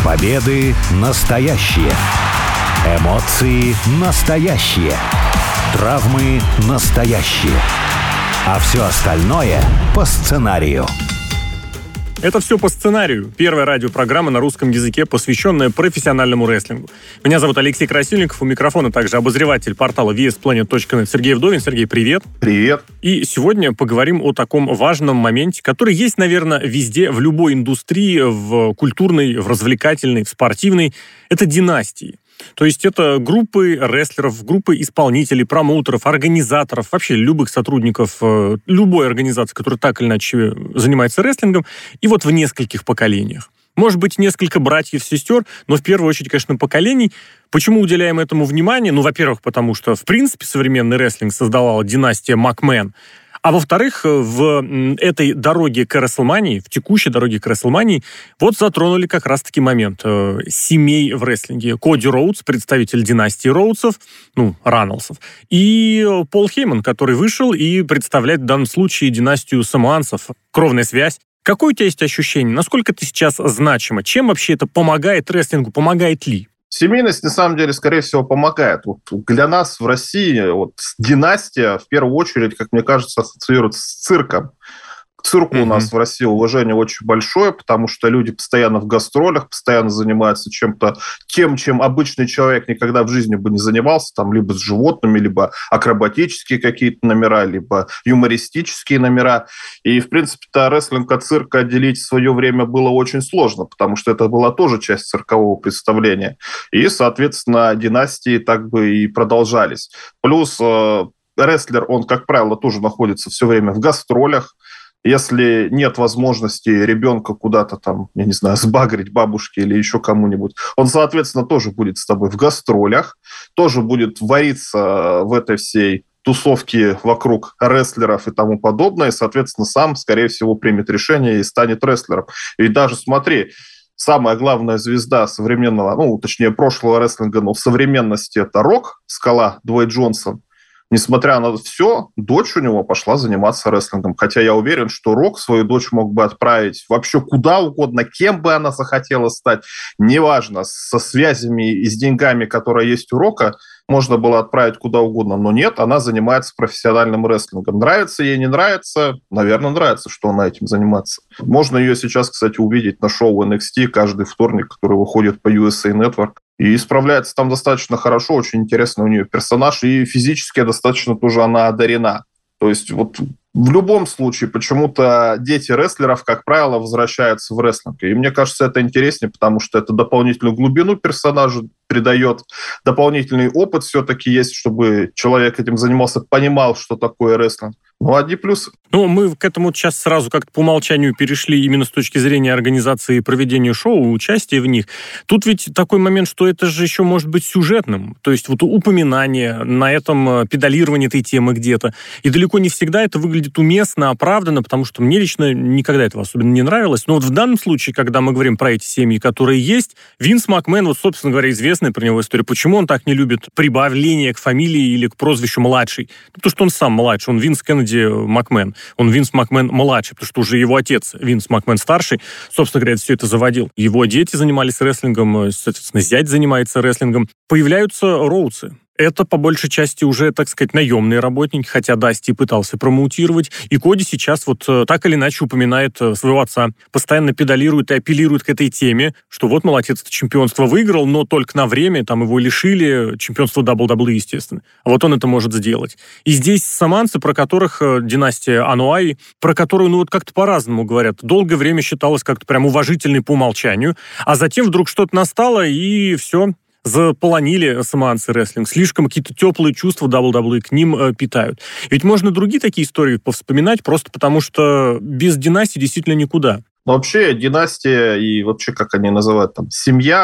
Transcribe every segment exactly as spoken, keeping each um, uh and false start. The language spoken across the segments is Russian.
Победы настоящие. Эмоции настоящие. Травмы настоящие. А все остальное по сценарию. Это все по сценарию. Первая радиопрограмма на русском языке, посвященная профессиональному рестлингу. Меня зовут Алексей Красильников, у микрофона также обозреватель портала ви эс планет точка нет Сергей Вдовин. Сергей, привет. Привет. И сегодня поговорим о таком важном моменте, который есть, наверное, везде, в любой индустрии, в культурной, в развлекательной, в спортивной. Это династии. То есть это группы рестлеров, группы исполнителей, промоутеров, организаторов, вообще любых сотрудников любой организации, которая так или иначе занимается рестлингом, и вот в нескольких поколениях. Может быть, несколько братьев, сестер, но в первую очередь, конечно, поколений. Почему уделяем этому внимание? Ну, во-первых, потому что, в принципе, современный рестлинг создавала династия Макмен. А во-вторых, в этой дороге к Рестлмании, в текущей дороге к Рестлмании, вот затронули как раз-таки момент э, семей в рестлинге. Коди Роудс, представитель династии Роудсов, ну, Раннелсов, и Пол Хейман, который вышел и представляет в данном случае династию самоанцев. Кровная связь. Какое у тебя есть ощущение? Насколько это сейчас значимо? Чем вообще это помогает рестлингу? Помогает ли? Семейность, на самом деле, скорее всего, помогает. Вот для нас в России вот династия, в первую очередь, как мне кажется, ассоциируется с цирком. К цирку mm-hmm. у нас в России уважение очень большое, потому что люди постоянно в гастролях, постоянно занимаются чем-то тем, чем обычный человек никогда в жизни бы не занимался, там либо с животными, либо акробатические какие-то номера, либо юмористические номера. И, в принципе-то, рестлинг от цирка отделить в свое время было очень сложно, потому что это была тоже часть циркового представления. И, соответственно, династии так бы и продолжались. Плюс э, рестлер, он, как правило, тоже находится все время в гастролях. Если нет возможности ребенка куда-то там, я не знаю, сбагрить бабушке или еще кому-нибудь, он, соответственно, тоже будет с тобой в гастролях, тоже будет вариться в этой всей тусовке вокруг рестлеров и тому подобное, и, соответственно, сам, скорее всего, примет решение и станет рестлером. Ведь даже, смотри, самая главная звезда современного, ну, точнее, прошлого рестлинга, но в современности это Рок, Скала, Дуэйн Джонсон. Несмотря на все, дочь у него пошла заниматься рестлингом. Хотя я уверен, что Рок свою дочь мог бы отправить вообще куда угодно, кем бы она захотела стать. Неважно, со связями и с деньгами, которые есть у Рока, можно было отправить куда угодно. Но нет, она занимается профессиональным рестлингом. Нравится ей, не нравится? Наверное, нравится, что она этим занимается. Можно ее сейчас, кстати, увидеть на шоу эн экс ти каждый вторник, который выходит по ю эс эй Network. И справляется там достаточно хорошо, очень интересный у нее персонаж, и физически достаточно тоже она одарена. То есть вот в любом случае почему-то дети рестлеров, как правило, возвращаются в рестлинг. И мне кажется, это интереснее, потому что это дополнительную глубину персонажу придает, дополнительный опыт все-таки есть, чтобы человек этим занимался, понимал, что такое рестлинг. Ну, одни плюсы. Ну, мы к этому сейчас сразу как-то по умолчанию перешли именно с точки зрения организации и проведения шоу, участия в них. Тут ведь такой момент, что это же еще может быть сюжетным. То есть вот упоминание на этом, педалирование этой темы где-то. И далеко не всегда это выглядит уместно, оправданно, потому что мне лично никогда этого особенно не нравилось. Но вот в данном случае, когда мы говорим про эти семьи, которые есть, Винс Макмен, вот, собственно говоря, известная про него история. Почему он так не любит прибавление к фамилии или к прозвищу младший? Потому что он сам младший, он Винс Кеннеди Макмен. Он Винс Макмен младший, потому что уже его отец Винс Макмен старший, собственно говоря, все это заводил. Его дети занимались рестлингом, соответственно, зять занимается рестлингом. Появляются Роудсы. Это, по большей части, уже, так сказать, наемные работники, хотя Дасти пытался промоутировать. И Коди сейчас вот так или иначе упоминает своего отца, постоянно педалирует и апеллирует к этой теме, что вот, мол, отец это чемпионство выиграл, но только на время, там его лишили, чемпионство дабл ю дабл ю и, естественно. А вот он это может сделать. И здесь саманцы, про которых династия Ануаи, про которую, ну, вот как-то по-разному говорят. Долгое время считалось как-то прям уважительной по умолчанию, а затем вдруг что-то настало, и все... заполонили самоанцы рестлинг. Слишком какие-то теплые чувства дабл ю дабл ю и к ним э, питают. Ведь можно другие такие истории повспоминать, просто потому что без династии действительно никуда. Но вообще династия и вообще, как они называют, там, семья,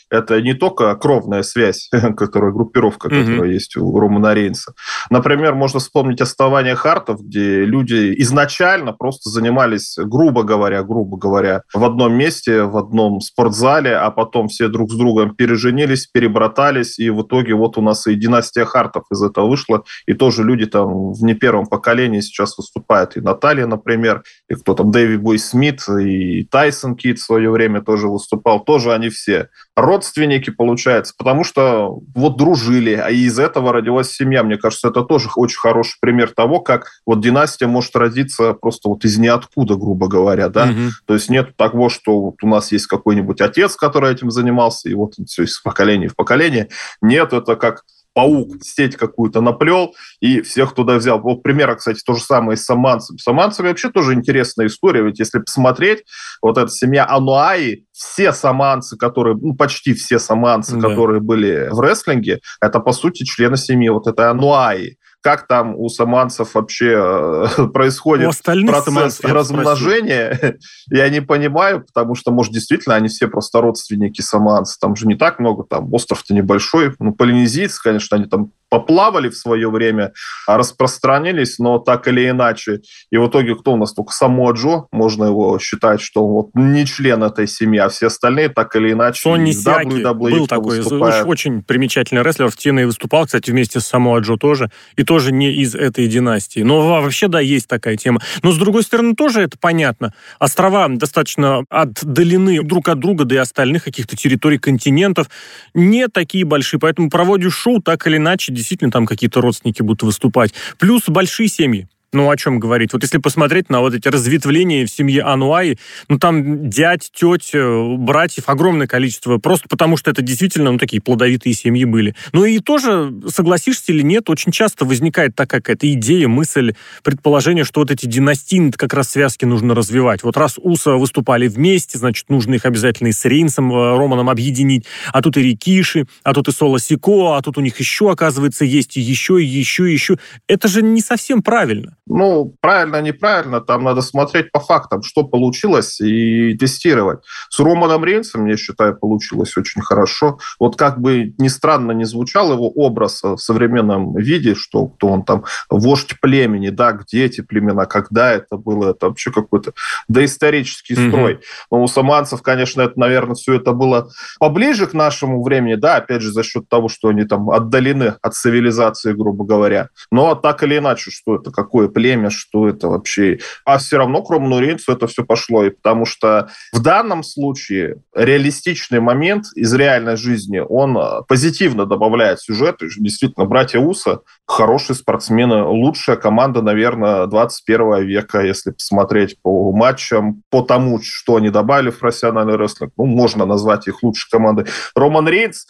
это не только кровная связь, которая группировка, mm-hmm. которая есть у Романа Рейнса. Например, можно вспомнить «Основание Хартов», где люди изначально просто занимались, грубо говоря, грубо говоря, в одном месте, в одном спортзале, а потом все друг с другом переженились, перебратались, и в итоге вот у нас и династия Хартов из этого вышла, и тоже люди там в не первом поколении сейчас выступают. И Наталья, например, и кто там, Дэви Бой Смит, и Тайсон Кид в свое время тоже выступал. Тоже они все родственники, получается, потому что вот дружили, а из этого родилась семья. Мне кажется, это тоже очень хороший пример того, как вот династия может родиться просто вот из ниоткуда, грубо говоря, да. Mm-hmm. То есть нет того, что вот у нас есть какой-нибудь отец, который этим занимался, и вот все из поколения в поколение. Нет, это как паук сеть какую-то наплел и всех туда взял. Вот пример, кстати, то же самое с саманцами. Саманцами вообще тоже интересная история, ведь если посмотреть, вот эта семья Ануаи, все саманцы, которые, ну, почти все саманцы, да. которые были в рестлинге, это, по сути, члены семьи вот этой Ануаи. Как там у саманцев вообще происходит процесс размножения, я не понимаю, потому что, может, действительно, они все просто родственники саманцев. Там же не так много, там остров-то небольшой. Ну, полинезийцы, конечно, они там поплавали в свое время, распространились, но так или иначе. И в итоге кто у нас? Только Самоа Джо, можно его считать, что он вот не член этой семьи, а все остальные так или иначе. Сонни Сиаки был такой выступает. Очень примечательный рестлер, в ти эн эй выступал, кстати, вместе с Самоа Джо тоже, и тоже не из этой династии. Но вообще, да, есть такая тема. Но, с другой стороны, тоже это понятно. Острова достаточно отдалены друг от друга, да и остальных каких-то территорий, континентов не такие большие, поэтому проводишь шоу так или иначе, действительно там какие-то родственники будут выступать. Плюс большие семьи. Ну, о чем говорить? Вот если посмотреть на вот эти разветвления в семье Ануаи, ну, там дядь, теть, братьев огромное количество, просто потому что это действительно, ну, такие плодовитые семьи были. Ну, и тоже, согласишься или нет, очень часто возникает такая какая-то идея, мысль, предположение, что вот эти династийные как раз связки нужно развивать. Вот раз Уса выступали вместе, значит, нужно их обязательно и с Рейнсом, Романом объединить, а тут и Рикиши, а тут и Соло Сикоа, а тут у них еще, оказывается, есть и еще, и еще, и еще. Это же не совсем правильно. Ну, правильно, неправильно, там надо смотреть по фактам, что получилось, и тестировать. С Романом Рейнсом, я считаю, получилось очень хорошо. Вот как бы ни странно ни звучал его образ в современном виде, что кто он там, вождь племени, да, где эти племена, когда это было, это вообще какой-то доисторический mm-hmm. строй. Но у саманцев, конечно, это, наверное, все это было поближе к нашему времени, да, опять же, за счет того, что они там отдалены от цивилизации, грубо говоря. Но так или иначе, что это, какое племя, что это вообще. А все равно к Роману Рейнсу это все пошло. И потому что в данном случае реалистичный момент из реальной жизни, он позитивно добавляет сюжет. Действительно, братья Уса хорошие спортсмены, лучшая команда, наверное, двадцать первого века, если посмотреть по матчам, по тому, что они добавили в профессиональный рестлинг. Ну, можно назвать их лучшей командой. Роман Рейнс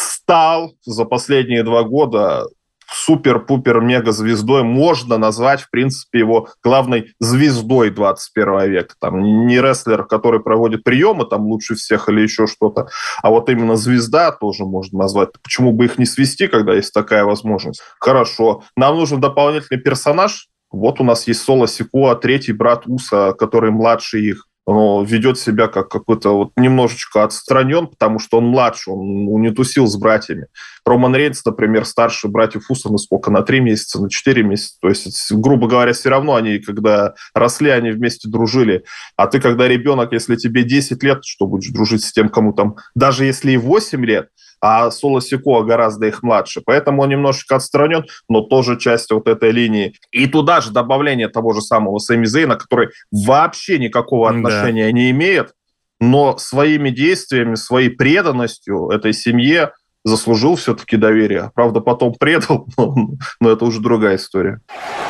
стал за последние два года супер-пупер-мега-звездой, можно назвать, в принципе, его главной звездой двадцать первого века. Там не рестлер, который проводит приемы там лучше всех или еще что-то, а вот именно звезда тоже можно назвать. Почему бы их не свести, когда есть такая возможность? Хорошо. Нам нужен дополнительный персонаж. Вот у нас есть Соло Сикоа, третий брат Уса, который младше их. Он ведет себя как какой-то вот немножечко отстранен, потому что он младше, он не тусил с братьями. Роман Рейнс, например, старше братьев Уса на сколько? На три месяца, на четыре месяца. То есть, грубо говоря, все равно они, когда росли, они вместе дружили. А ты, когда ребенок, если тебе десять лет, что будешь дружить с тем, кому там, даже если и восемь лет, а Соло Сикоа гораздо их младше. Поэтому он немножечко отстранен, но тоже часть вот этой линии. И туда же добавление того же самого Сами Зейна, который вообще никакого отношения да. не имеет, но своими действиями, своей преданностью этой семье заслужил все-таки доверие. Правда, потом предал, но, но это уже другая история.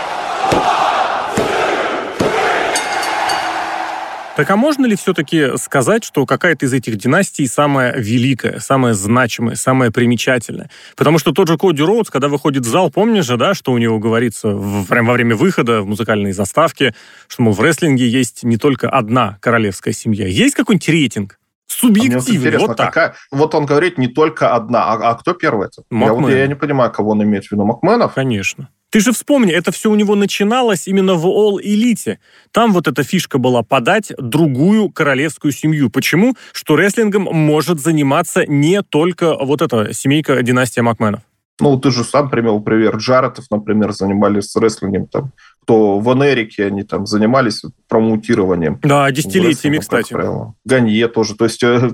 Так а можно ли все-таки сказать, что какая-то из этих династий самая великая, самая значимая, самая примечательная? Потому что тот же Коди Роудс, когда выходит в зал, помнишь же, да, что у него говорится в, прямо во время выхода в музыкальной заставке, что, мол, в рестлинге есть не только одна королевская семья. Есть какой-нибудь рейтинг? Субъективный, вот так. Какая... Вот он говорит не только одна, а, а кто первый это? Я, вот, я не понимаю, кого он имеет в виду, Макменов? Конечно. Ты же вспомни, это все у него начиналось именно в All Elite. Там вот эта фишка была подать другую королевскую семью. Почему? Что рестлингом может заниматься не только вот эта семейка, династия Макменов. Ну, ты же сам привел пример. Джарретов, например, занимались рестлингом. Там, кто в Америке, они там занимались промоутированием. Да, десятилетиями, кстати. Ганье тоже. То есть э,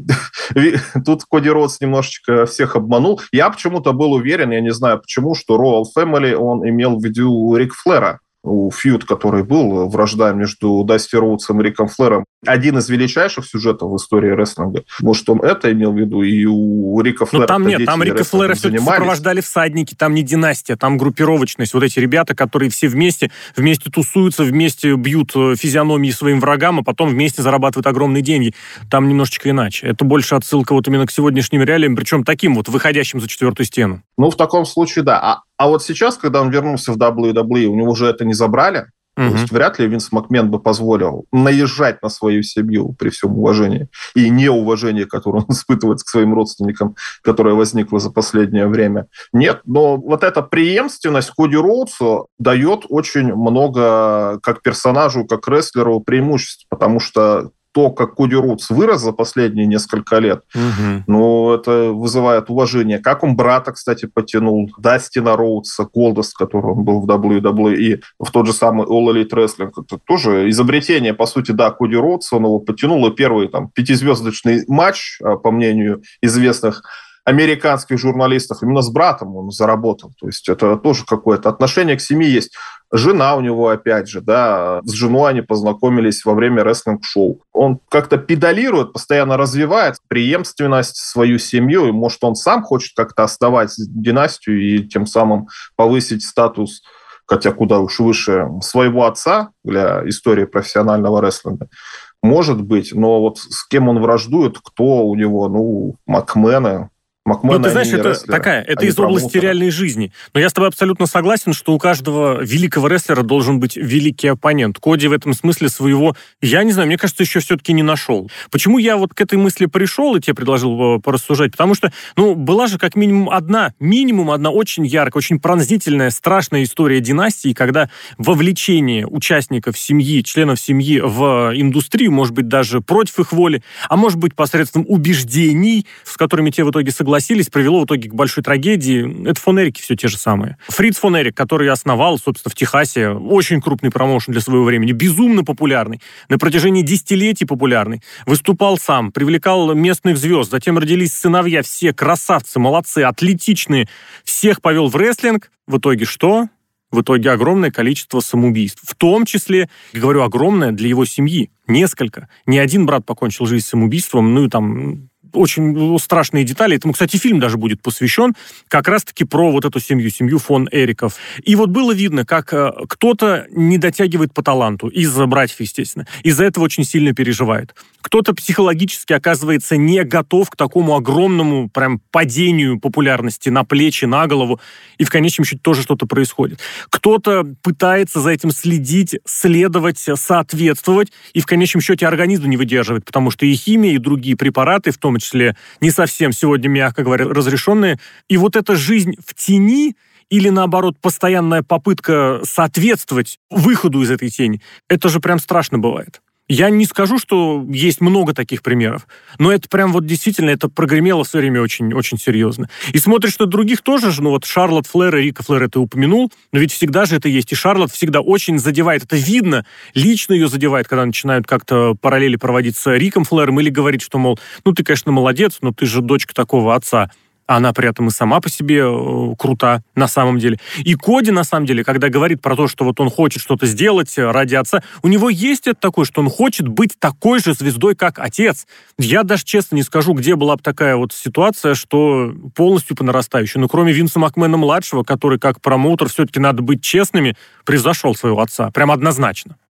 тут Коди Роудс немножечко всех обманул. Я почему-то был уверен, я не знаю почему, что Royal Family, он имел в виду Рик Флера. У фьюд, который был, вражда между Дасти Роудсом и Риком Флэром, один из величайших сюжетов в истории рестлинга. Может, он это имел в виду, и у Рика Флэра... Ну, там нет, там Рика Флэра все-таки сопровождали всадники, там не династия, там группировочность. Вот эти ребята, которые все вместе, вместе тусуются, вместе бьют физиономии своим врагам, а потом вместе зарабатывают огромные деньги. Там немножечко иначе. Это больше отсылка вот именно к сегодняшним реалиям, причем таким вот, выходящим за четвертую стену. Ну, в таком случае, да. А, а вот сейчас, когда он вернулся в дабл ю дабл ю и, у него уже это не забрали, Uh-huh. то есть вряд ли Винс Макмен бы позволил наезжать на свою семью при всем уважении и неуважении, которое он испытывает к своим родственникам, которое возникло за последнее время. Нет, но вот эта преемственность Коди Роудсу дает очень много как персонажу, как рестлеру преимуществ, потому что то, как Коди Роудс вырос за последние несколько лет, угу. ну, это вызывает уважение. Как он брата, кстати, потянул, Дастина Роудса, Голдост, который он был в дабл ю дабл ю и в тот же самый All Elite Wrestling. Это тоже изобретение, по сути, да, Коди Роудса, он его потянул, и первый там пятизвездочный матч, по мнению известных американских журналистов, именно с братом он заработал. То есть это тоже какое-то отношение к семье есть. Жена у него, опять же, да, с женой они познакомились во время рестлинг-шоу. Он как-то педалирует, постоянно развивает преемственность, свою семью, и, может, он сам хочет как-то оставать династию и тем самым повысить статус, хотя куда уж выше, своего отца для истории профессионального рестлинга. Может быть, но вот с кем он враждует, кто у него, ну, Макмены. Макмен, ну, ты знаешь, это рестлеры, такая, это из области промоутеры. Реальной жизни. Но я с тобой абсолютно согласен, что у каждого великого рестлера должен быть великий оппонент. Коди в этом смысле своего, я не знаю, мне кажется, еще все-таки не нашел. Почему я вот к этой мысли пришел и тебе предложил порассуждать? Потому что, ну, была же как минимум одна, минимум одна очень яркая, очень пронзительная, страшная история династии, когда вовлечение участников семьи, членов семьи в индустрию, может быть, даже против их воли, а может быть, посредством убеждений, с которыми те в итоге согласились, согласились, привело в итоге к большой трагедии. Это фон Эрики все те же самые. Фриц фон Эрик, который основал, собственно, в Техасе, очень крупный промоушен для своего времени, безумно популярный, на протяжении десятилетий популярный. Выступал сам, привлекал местных звезд, затем родились сыновья, все красавцы, молодцы, атлетичные. Всех повел в рестлинг. В итоге что? В итоге огромное количество самоубийств. В том числе, я говорю, огромное для его семьи. Несколько. Не один брат покончил жизнь самоубийством, ну и там... Очень страшные детали. Этому, кстати, фильм даже будет посвящен как раз-таки про вот эту семью, семью фон Эриков. И вот было видно, как кто-то не дотягивает по таланту, из-за братьев, естественно. Из-за этого очень сильно переживает. Кто-то психологически оказывается не готов к такому огромному прям падению популярности на плечи, на голову, и в конечном счете тоже что-то происходит. Кто-то пытается за этим следить, следовать, соответствовать, и в конечном счете организм не выдерживает, потому что и химия, и другие препараты, в том числе не совсем сегодня, мягко говоря, разрешенные. И вот эта жизнь в тени или, наоборот, постоянная попытка соответствовать выходу из этой тени, это же прям страшно бывает. Я не скажу, что есть много таких примеров, но это прям вот действительно, это прогремело в свое время очень, очень серьезно. И смотришь на других тоже же, ну вот Шарлотт Флэр и Рика Флэра ты упомянул, но ведь всегда же это есть, и Шарлотт всегда очень задевает, это видно, лично ее задевает, когда начинают как-то параллели проводить с Риком Флэром или говорить, что, мол, ну ты, конечно, молодец, но ты же дочка такого отца. А она при этом и сама по себе э, крута, на самом деле. И Коди, на самом деле, когда говорит про то, что вот он хочет что-то сделать ради отца, у него есть это такое, что он хочет быть такой же звездой, как отец. Я даже честно не скажу, где была бы такая вот ситуация, что полностью по нарастающей. Ну, кроме Винса Макмена-младшего, который как промоутер, все-таки надо быть честными, превзошел своего отца. Прям однозначно.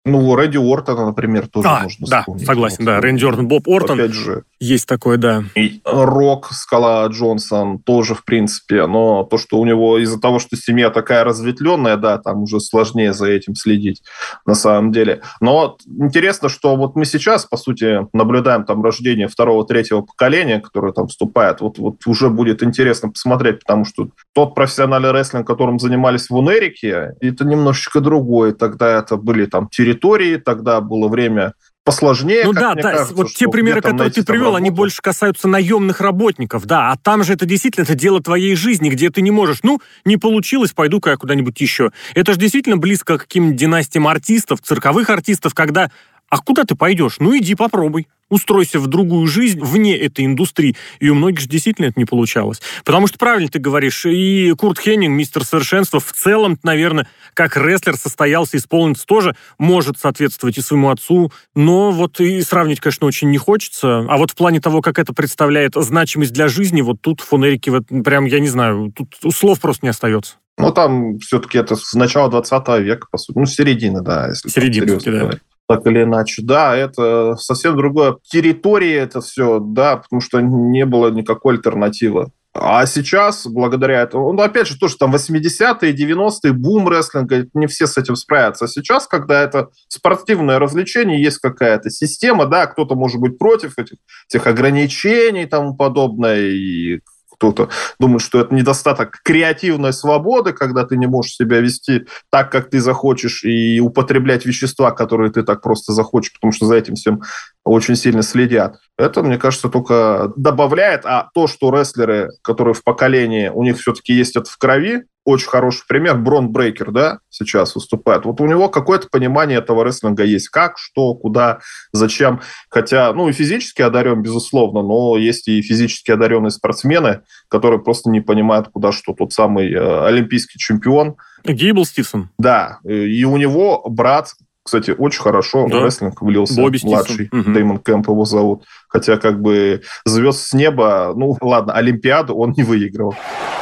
Ну, Рэнди Ортона, например, тоже а, можно да, вспомнить. согласен, вот. да, Рэнди Ортон, Боб Ортон. Опять же. Есть такое, да. И Рок, Скала Джонсон тоже, в принципе, но то, что у него из-за того, что семья такая разветвленная, да, там уже сложнее за этим следить на самом деле. Но интересно, что вот мы сейчас, по сути, наблюдаем там рождение второго, третьего поколения, которое там вступает. Вот, вот уже будет интересно посмотреть, потому что тот профессиональный рестлинг, которым занимались в Америке, это немножечко другое. Тогда это были там территории, тогда было время посложнее, ну как да, мне да, кажется. вот те примеры, которые ты привел, они больше касаются наемных работников, да, а там же это действительно это дело твоей жизни, где ты не можешь, ну, не получилось, пойду-ка я куда-нибудь еще. Это же действительно близко к каким-нибудь династиям артистов, цирковых артистов, когда, а куда ты пойдешь? Ну, иди попробуй. Устройся в другую жизнь вне этой индустрии. И у многих же действительно это не получалось. Потому что, правильно ты говоришь, и Курт Хеннинг, мистер совершенства, в целом, наверное, как рестлер состоялся, исполнится тоже, может соответствовать и своему отцу, но вот и сравнить, конечно, очень не хочется. А вот в плане того, как это представляет значимость для жизни, вот тут в фон Эрике, вот, прям, я не знаю, тут слов просто не остается. Ну, там все-таки это с начала двадцатого века, по сути. Ну, с середины, да, если середины, да. Так или иначе. Да, это совсем другая территория, это все, да, потому что не было никакой альтернативы. А сейчас, благодаря этому, ну, опять же, тоже там восьмидесятые, девяностые, бум рестлинга, не все с этим справятся. А сейчас, когда это спортивное развлечение, есть какая-то система, да, кто-то может быть против этих, этих ограничений и тому подобное, и кто-то думает, что это недостаток креативной свободы, когда ты не можешь себя вести так, как ты захочешь, и употреблять вещества, которые ты так просто захочешь, потому что за этим всем очень сильно следят. Это, мне кажется, только добавляет. А то, что рестлеры, которые в поколении, у них все-таки есть это в крови, очень хороший пример, Брон Брейкер, да, сейчас выступает. Вот у него какое-то понимание этого рестлинга есть. Как, что, куда, зачем. Хотя, ну, и физически одарен, безусловно, но есть и физически одаренные спортсмены, которые просто не понимают, куда что. Тот самый э, олимпийский чемпион. Гейбл Стивсон. Да, и у него брат, кстати, очень хорошо да. в рестлинг влился. Бобби младший, угу. Дэймон Кэмп его зовут. Хотя, как бы, звезд с неба, ну, ладно, Олимпиаду он не выиграл.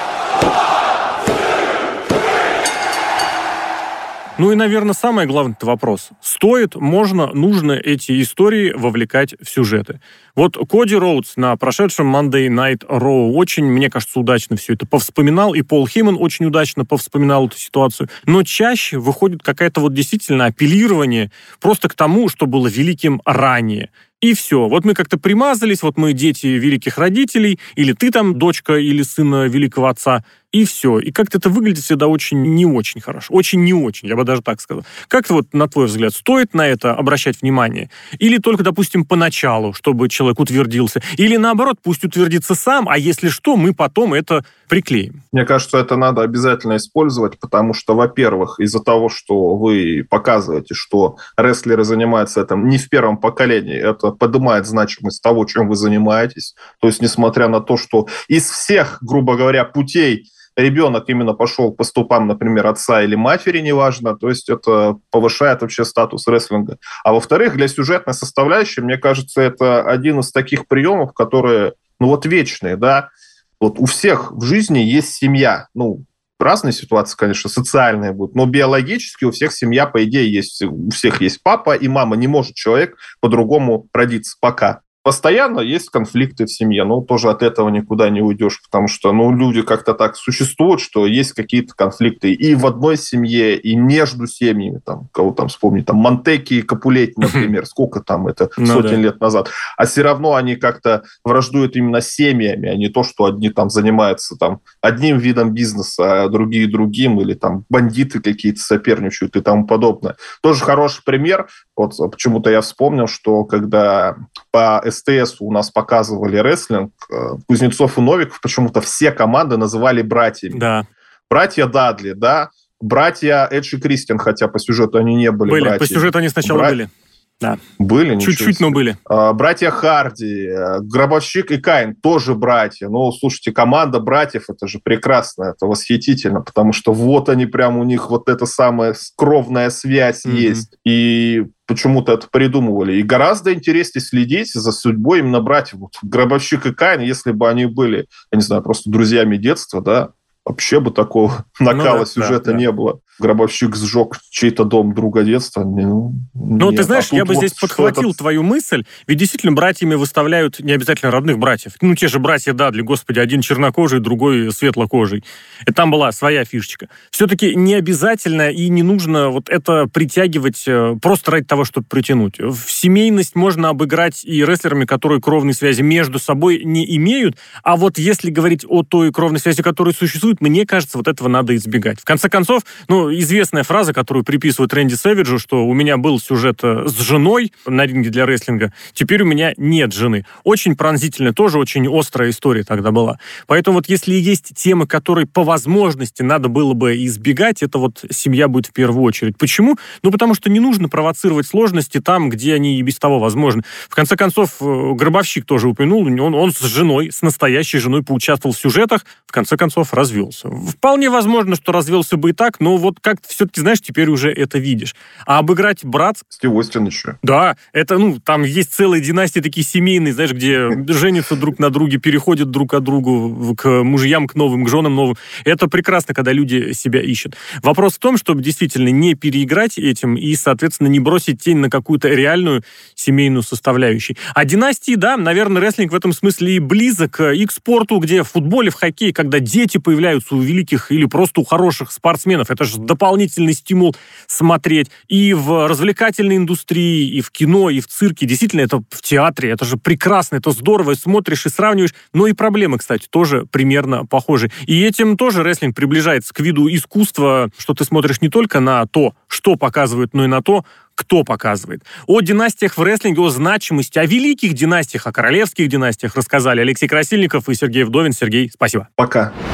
Ну и, наверное, самый главный вопрос. Стоит, можно, нужно эти истории вовлекать в сюжеты? Вот Коди Роудс на прошедшем Monday Night Raw очень, мне кажется, удачно все это повспоминал, и Пол Хейман очень удачно повспоминал эту ситуацию. Но чаще выходит какое-то вот действительно апеллирование просто к тому, что было великим ранее. И все. Вот мы как-то примазались, вот мы дети великих родителей, или ты там дочка или сын великого отца, и все. И как-то это выглядит всегда очень не очень хорошо. Очень не очень, я бы даже так сказал. Как-то вот, на твой взгляд, стоит на это обращать внимание? Или только, допустим, поначалу, чтобы человек утвердился? Или наоборот, пусть утвердится сам, а если что, мы потом это приклеим? Мне кажется, это надо обязательно использовать, потому что, во-первых, из-за того, что вы показываете, что рестлеры занимаются этим не в первом поколении, это поднимает значимость того, чем вы занимаетесь. То есть, несмотря на то, что из всех, грубо говоря, путей ребенок именно пошел по стопам, например, отца или матери, неважно, то есть это повышает вообще статус рестлинга. А во-вторых, для сюжетной составляющей, мне кажется, это один из таких приемов, которые, ну вот вечные, да, вот у всех в жизни есть семья, ну, разные ситуации, конечно, социальные будут, но биологически у всех семья, по идее, есть, у всех есть папа и мама, не может человек по-другому родиться пока. Постоянно есть конфликты в семье, но тоже от этого никуда не уйдешь, потому что ну, люди как-то так существуют, что есть какие-то конфликты и в одной семье, и между семьями, там, кого там вспомнить, там, Монтеки и Капулетти, например, сколько там это, ну, сотен да. лет назад, а все равно они как-то враждуют именно семьями, а не то, что одни там занимаются там одним видом бизнеса, а другие другим, или там бандиты какие-то соперничают и тому подобное. Тоже хороший пример, вот почему-то я вспомнил, что когда по СТС у нас показывали рестлинг, Кузнецов и Новиков почему-то все команды называли братьями. Да. Братья Дадли, да, братья Эдж и Кристиан, хотя по сюжету они не были, были братьями. По сюжету они сначала Бра... были. Да. Были? Чуть-чуть, но были. Братья Харди, Гробовщик и Каин тоже братья. Ну, слушайте, команда братьев, это же прекрасно, это восхитительно, потому что вот они прям, у них вот эта самая кровная связь mm-hmm. есть. И почему-то это придумывали. И гораздо интереснее следить за судьбой именно братьев. Вот Гробовщик и Каин, если бы они были, я не знаю, просто друзьями детства, да, вообще бы такого накала ну, да, сюжета да, да. не было. гробовщик сжег чей-то дом друга детства. Ну, ну ты знаешь, а я бы вот здесь подхватил этот... твою мысль, ведь действительно братьями выставляют не обязательно родных братьев. Ну, те же братья Дадли, господи, один чернокожий, другой светлокожий. И там была своя фишечка. Все-таки не обязательно и не нужно вот это притягивать просто ради того, чтобы притянуть. В семейность можно обыграть и рестлерами, которые кровной связи между собой не имеют, а вот если говорить о той кровной связи, которая существует, мне кажется, вот этого надо избегать. В конце концов, ну, известная фраза, которую приписывают Рэнди Сэвиджу, что у меня был сюжет с женой на ринге для рестлинга, теперь у меня нет жены. Очень пронзительная, тоже очень острая история тогда была. Поэтому вот если есть темы, которые по возможности надо было бы избегать, это вот семья будет в первую очередь. Почему? Ну, потому что не нужно провоцировать сложности там, где они и без того возможны. В конце концов, Гробовщик тоже упомянул, он, он с женой, с настоящей женой поучаствовал в сюжетах, в конце концов развелся. Вполне возможно, что развелся бы и так, но вот как все-таки, знаешь, теперь уже это видишь. А обыграть брат... Стив Остин еще. Да, это, ну, там есть целые династии такие семейные, знаешь, где женятся друг на друге, переходят друг от другу к мужьям, к новым, к женам новым. Это прекрасно, когда люди себя ищут. Вопрос в том, чтобы действительно не переиграть этим и, соответственно, не бросить тень на какую-то реальную семейную составляющую. А династии, да, наверное, рестлинг в этом смысле и близок и к спорту, где в футболе, в хоккее, когда дети появляются у великих или просто у хороших спортсменов, это же дополнительный стимул смотреть. И в развлекательной индустрии, и в кино, и в цирке. Действительно, это в театре, это же прекрасно, это здорово, смотришь и сравниваешь. Но и проблемы, кстати, тоже примерно похожи. И этим тоже рестлинг приближается к виду искусства, что ты смотришь не только на то, что показывают, но и на то, кто показывает. О династиях в рестлинге, о значимости, о великих династиях, о королевских династиях рассказали Алексей Красильников и Сергей Вдовин. Сергей, спасибо. Пока.